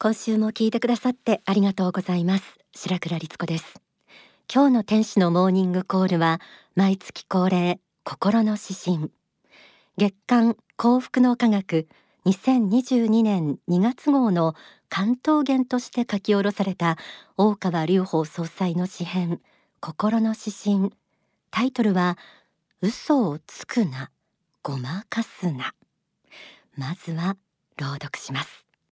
今週も聞いてくださってありがとうございます。白倉律子です。今日の天使のモーニングコールは毎月恒例、心の指針。月刊幸福の科学2022年2月号の関東言として書き下ろされた大川隆法総裁の詩編、心の指針。タイトルは嘘をつくな、ごまかすな。まずは朗読します。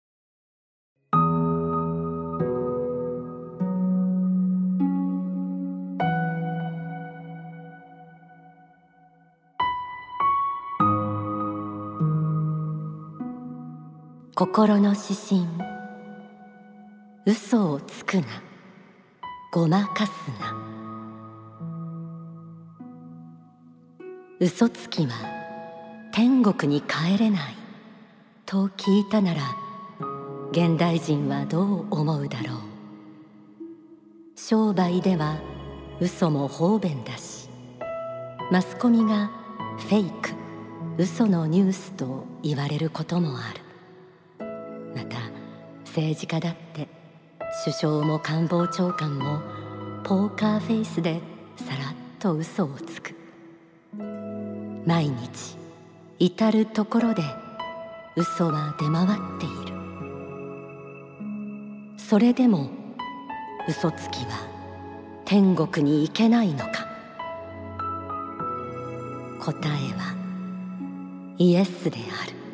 心の指針。嘘をつくな、ごまかすな。嘘つきは天国に帰れないと聞いたなら、現代人はどう思うだろう。商売では嘘も方便だし、マスコミがフェイク、嘘のニュースと言われることもある。また政治家だって首相も官房長官もポーカーフェイスでさらっと嘘をつく。毎日至るところで嘘は出回っている。それでも嘘つきは天国に行けないのか。答えはイエスである。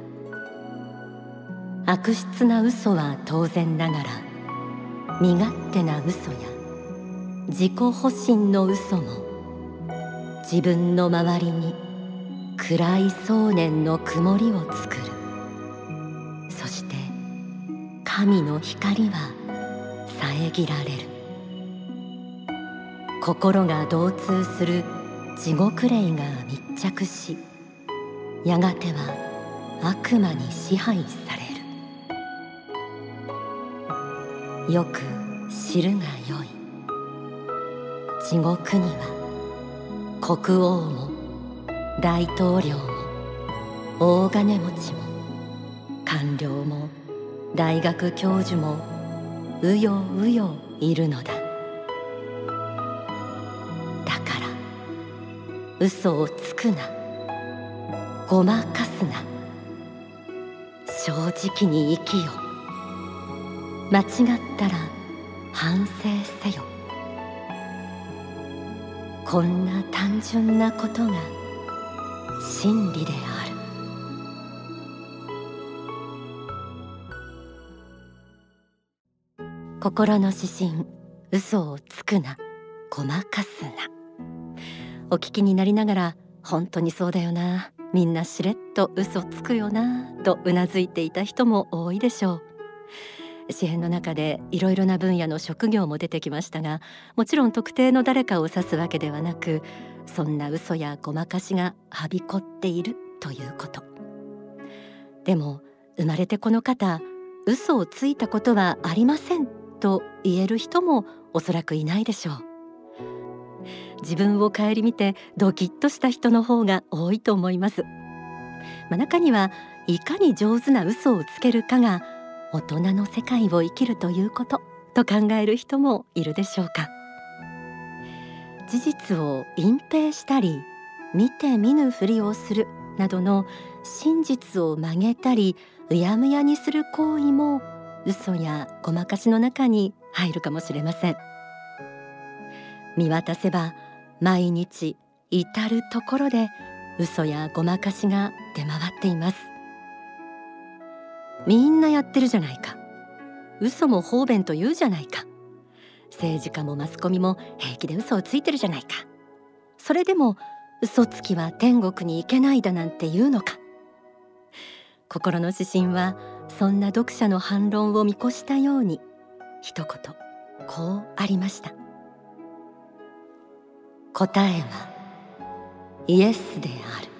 悪質な嘘は当然ながら、身勝手な嘘や自己保身の嘘も、自分の周りに暗い想念の曇りを作る。そして神の光は遮られる。心が同通する地獄霊が密着し、やがては悪魔に支配される。よく知るがよい。地獄には国王も大統領も大金持ちも官僚も大学教授もうようよいるのだ。だから嘘をつくな、ごまかすな。正直に生きよ。間違ったら反省せよ。こんな単純なことが真理である。心の指針。嘘をつくな、ごまかすな。お聞きになりながら、本当にそうだよな、みんなしれっと嘘つくよなとうなずいていた人も多いでしょう。詩編の中でいろいろな分野の職業も出てきましたが、もちろん特定の誰かを指すわけではなく、そんな嘘やごまかしがはびこっているということ。でも生まれてこの方、嘘をついたことはありませんと言える人もおそらくいないでしょう。自分を顧みてドキッとした人の方が多いと思います。中にはいかに上手な嘘をつけるかが大人の世界を生きるということと考える人もいるでしょうか。事実を隠蔽したり、見て見ぬふりをするなどの真実を曲げたりうやむやにする行為も嘘やごまかしの中に入るかもしれません。見渡せば毎日至るところで嘘やごまかしが出回っています。みんなやってるじゃないか。嘘も方便と言うじゃないか。政治家もマスコミも平気で嘘をついてるじゃないか。それでも嘘つきは天国に行けないだなんて言うのか。心の指針はそんな読者の反論を見越したように一言こうありました。答えはイエスである。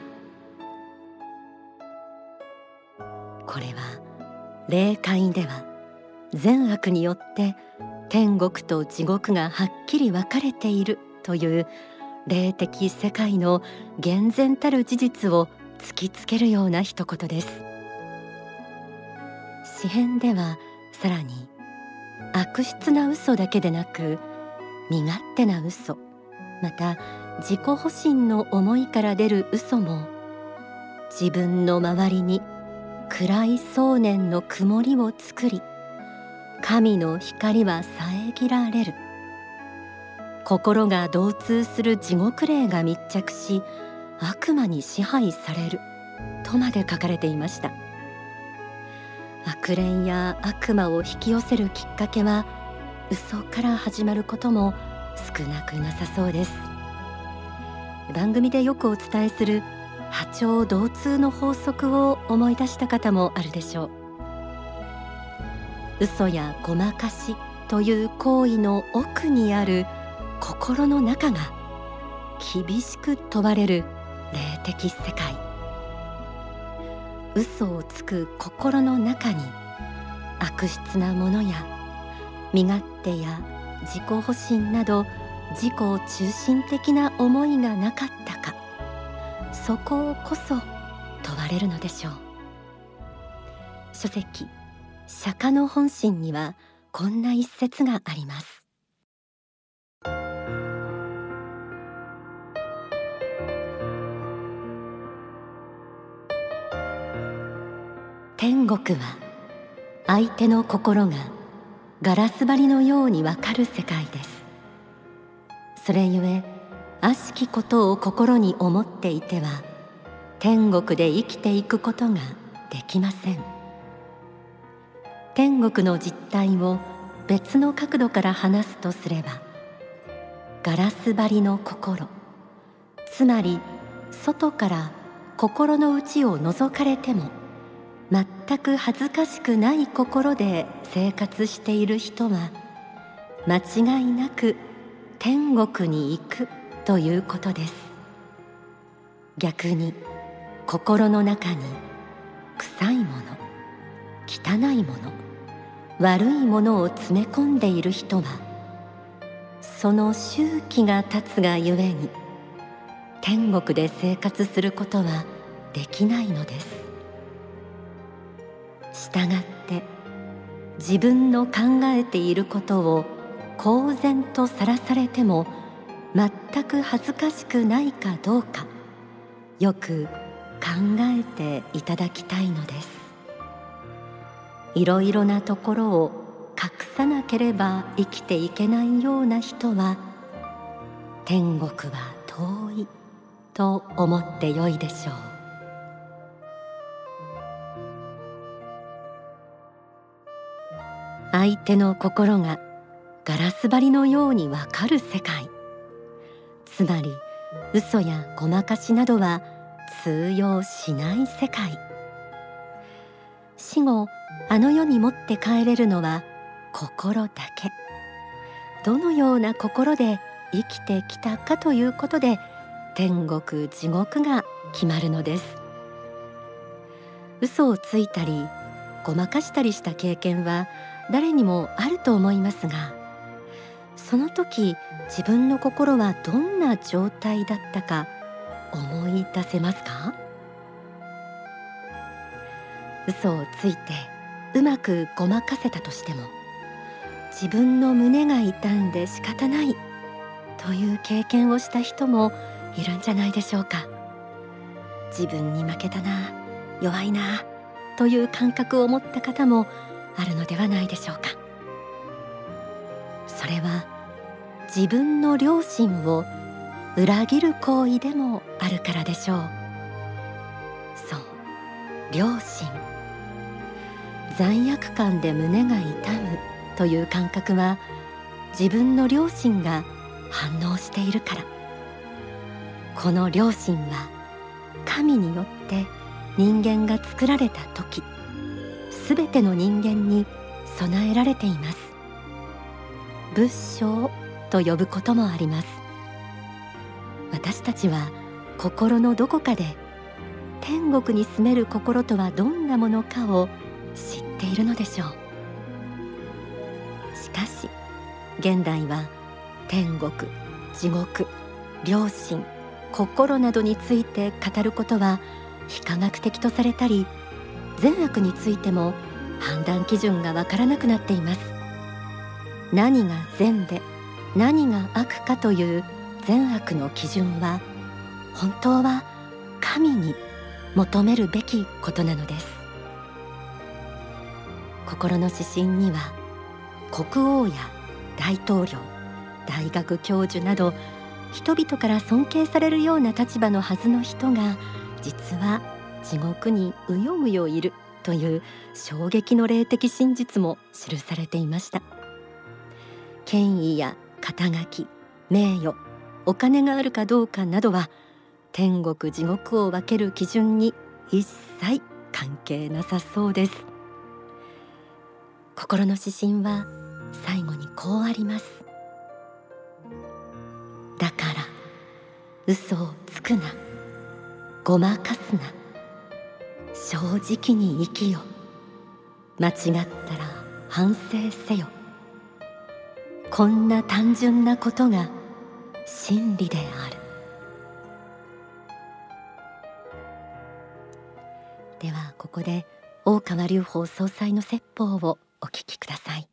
これは霊界では善悪によって天国と地獄がはっきり分かれているという霊的世界の厳然たる事実を突きつけるような一言です。詩編ではさらに悪質な嘘だけでなく、身勝手な嘘、また自己保身の思いから出る嘘も、自分の周りに暗い想念の曇りを作り、神の光は遮られる。心が同通する地獄霊が密着し、悪魔に支配されるとまで書かれていました。悪霊や悪魔を引き寄せるきっかけは嘘から始まることも少なくなさそうです。番組でよくお伝えする波長同通の法則を思い出した方もあるでしょう。嘘やごまかしという行為の奥にある心の中が厳しく問われる霊的世界。嘘をつく心の中に悪質なものや身勝手や自己保身など自己中心的な思いがなかったか、そここそ問われるのでしょう。書籍釈迦の本心にはこんな一節があります。天国は相手の心がガラス張りのようにわかる世界です。それゆえ悪しきことを心に思っていては天国で生きていくことができません。天国の実態を別の角度から話すとすれば、ガラス張りの心、つまり外から心の内を覗かれても全く恥ずかしくない心で生活している人は間違いなく天国に行くということです。逆に心の中に臭いもの、汚いもの、悪いものを詰め込んでいる人はその周期が経つがゆえに天国で生活することはできないのです。したがって自分の考えていることを公然とさらされても全く恥ずかしくないかどうか、よく考えていただきたいのです。いろいろなところを隠さなければ生きていけないような人は天国は遠いと思ってよいでしょう。相手の心がガラス張りのようにわかる世界、つまり嘘やごまかしなどは通用しない世界。死後あの世に持って帰れるのは心だけ。どのような心で生きてきたかということで天国地獄が決まるのです。嘘をついたりごまかしたりした経験は誰にもあると思いますが、その時自分の心はどんな状態だったか思い出せますか？嘘をついてうまくごまかせたとしても自分の胸が痛んで仕方ないという経験をした人もいるんじゃないでしょうか。自分に負けたな、弱いなという感覚を持った方もあるのではないでしょうか。それは自分の良心を裏切る行為でもあるからでしょう。そう、良心。罪悪感で胸が痛むという感覚は自分の良心が反応しているから。この良心は神によって人間が作られた時、すべての人間に備えられています。仏性と呼ぶこともあります。私たちは心のどこかで天国に住める心とはどんなものかを知っているのでしょう。しかし現代は天国、地獄、良心、心などについて語ることは非科学的とされたり、善悪についても判断基準がわからなくなっています。何が善で何が悪かという善悪の基準は本当は神に求めるべきことなのです。心の指針には国王や大統領、大学教授など人々から尊敬されるような立場のはずの人が実は地獄にうようよいるという衝撃の霊的真実も記されていました。権威や肩書き、名誉、お金があるかどうかなどは天国地獄を分ける基準に一切関係なさそうです。心の指針は最後にこうあります。だから嘘をつくな、ごまかすな、正直に生きよ、間違ったら反省せよ。こんな単純なことが真理である。ではここで大川隆法総裁の説法をお聞きください。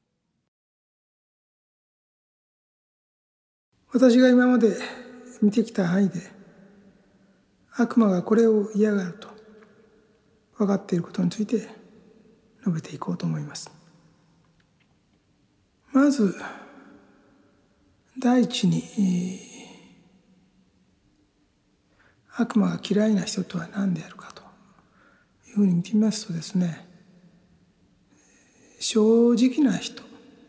私が今まで見てきた範囲で悪魔がこれを嫌がると分かっていることについて述べていこうと思います。まず第一に、悪魔が嫌いな人とは何であるかというふうに見てみますとですね、正直な人、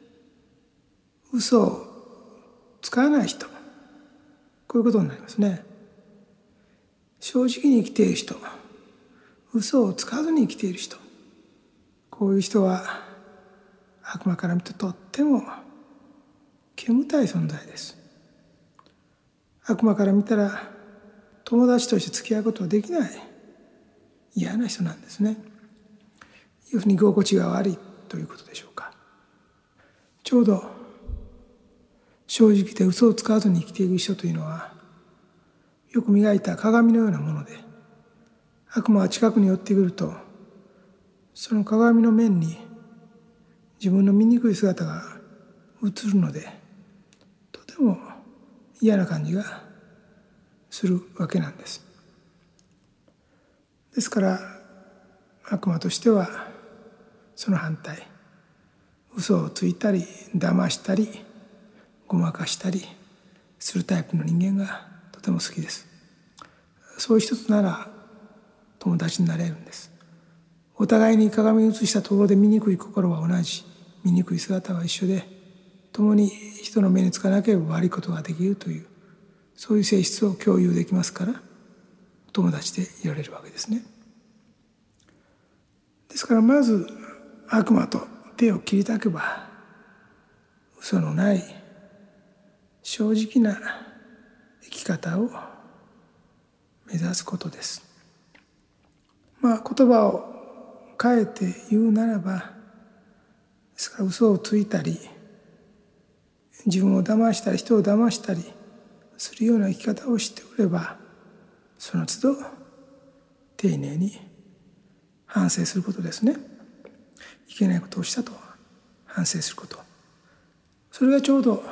嘘をつかない人、こういうことになりますね。正直に生きている人、嘘をつかずに生きている人、こういう人は悪魔から見てとっても煙たい存在です。悪魔から見たら友達として付き合うことはできない嫌な人なんですね。要するに居心地が悪いということでしょうか。ちょうど正直で嘘をつかずに生きていく人というのはよく磨いた鏡のようなもので、悪魔は近くに寄ってくるとその鏡の面に自分の醜い姿が映るので、とても嫌な感じがするわけなんです。ですから悪魔としてはその反対、嘘をついたり騙したりごまかしたりするタイプの人間がとても好きです。そういう人となら友達になれるんです。お互いに鏡に映したところで醜い心は同じ、醜い姿は一緒で、共に人の目につかなければ悪いことができるという、そういう性質を共有できますから友達でいられるわけですね。ですからまず悪魔と手を切りたけば嘘のない正直な生き方を目指すことです。言葉を変えて言うならば、ですから嘘をついたり自分を騙したり人を騙したりするような生き方をしておれば、その都度丁寧に反省することですね。いけないことをしたと反省すること、それがちょうど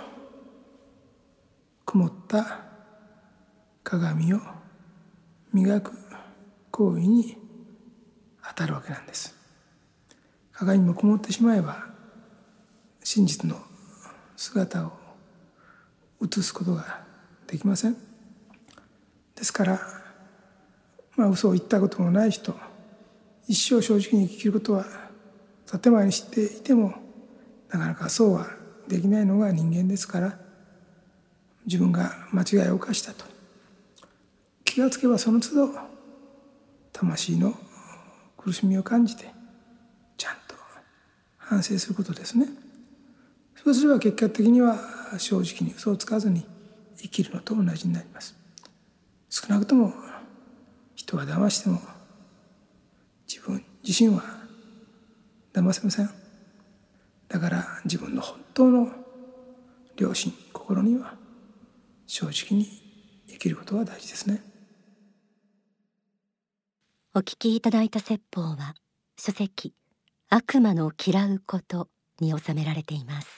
曇った鏡を磨く行為に当たるわけなんです。鏡も曇ってしまえば真実の姿を映すことができません。ですから嘘を言ったこともない人、一生正直に生きることは建前に知っていてもなかなかそうはできないのが人間ですから、自分が間違いを犯したと気がつけばその都度魂の苦しみを感じてちゃんと反省することですね。そうすれば結果的には正直に嘘をつかずに生きるのと同じになります。少なくとも人は騙しても自分自身は騙せません。だから自分の本当の良心、心には正直に生きることが大事ですね。 お聞きいただいた説法は書籍悪魔の嫌うことに収められています。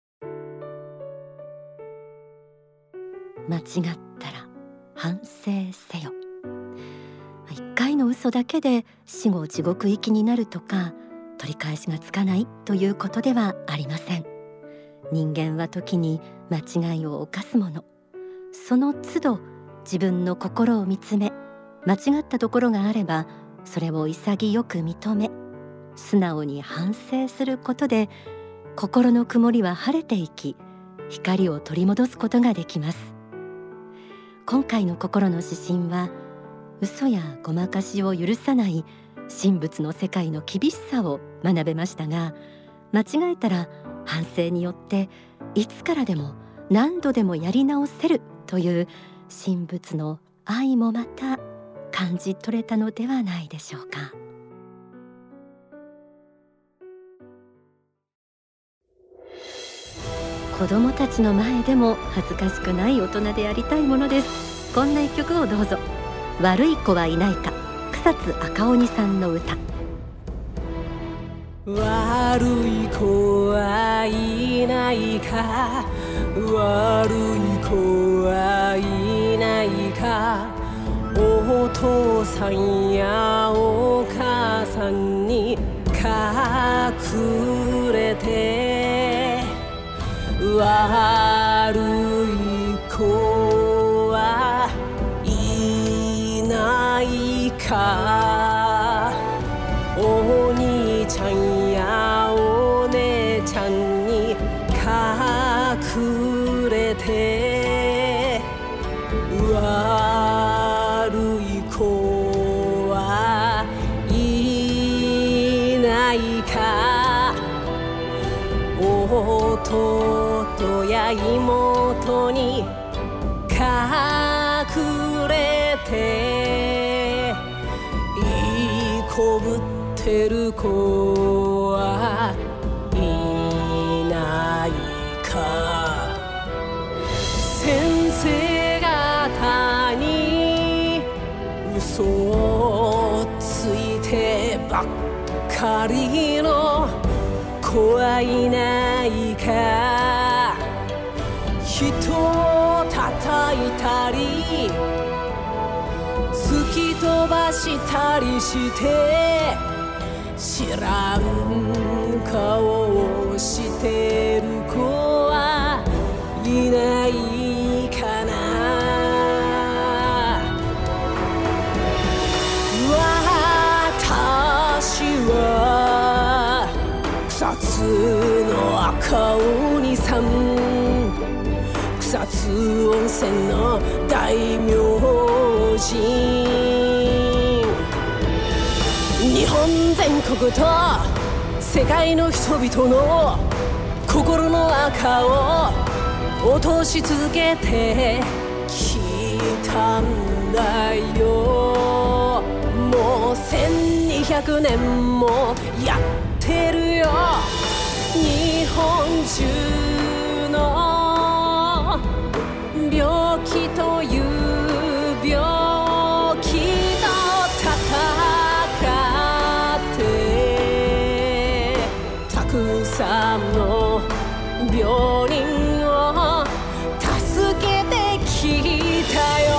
間違ったら反省せよ。一回の嘘だけで死後地獄行きになるとか、取り返しがつかないということではありません。人間は時に間違いを犯すもの。その都度自分の心を見つめ、間違ったところがあればそれを潔く認め、素直に反省することで心の曇りは晴れていき、光を取り戻すことができます。今回の心の指針は、嘘やごまかしを許さない神仏の世界の厳しさを学べましたが、間違えたら反省によっていつからでも何度でもやり直せるという神仏の愛もまた感じ取れたのではないでしょうか。子供たちの前でも恥ずかしくない大人でありたいものです。こんな一曲をどうぞ。悪い子はいないか、草津赤鬼さんの歌。 悪い子はいないか、悪い子はいないか、お父さんやお母さんに隠れて、悪い子はいないか、お兄ちゃんやお姉ちゃんに隠れて、悪い子はいないか、弟や妹に隠れて、いい子ぶってる子はいないか、先生方に嘘をついてばっかりの子はいないか、人を叩いたり突き飛ばしたりして知らん顔をしてる子はいないかな。私は草津の赤鬼さん、草津温泉の大明神、日本全国と世界の人々の心の赤を落とし続けてきたんだよ。もう1200年もやってるよ。日本中の病気という病気と戦ってたくさんの病人を助けてきたよ。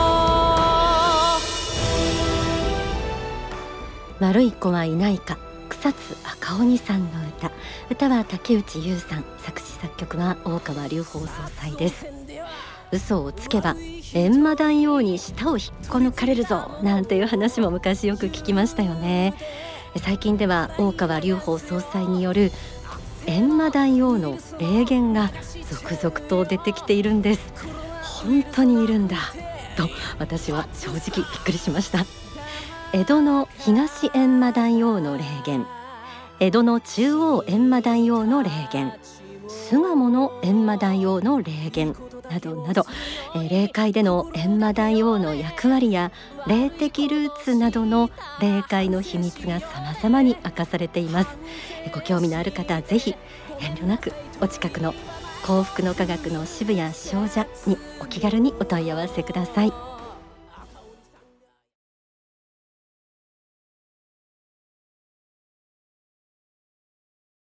悪い子はいないか、草津赤鬼さんの歌。歌は竹内優さん、作詞作曲は大川隆法総裁です。嘘をつけば閻魔大王に舌を引っこ抜かれるぞなんていう話も昔よく聞きましたよね。最近では大川隆法総裁による閻魔大王の霊言が続々と出てきているんです。本当にいるんだと私は正直びっくりしました。江戸の東閻魔大王の霊言、江戸の中央閻魔大王の霊言、巣鴨の閻魔大王の霊言などなど、霊界での閻魔大王の役割や霊的ルーツなどの霊界の秘密が様々に明かされています。ご興味のある方はぜひ遠慮なくお近くの幸福の科学の支部や商社にお気軽にお問い合わせください。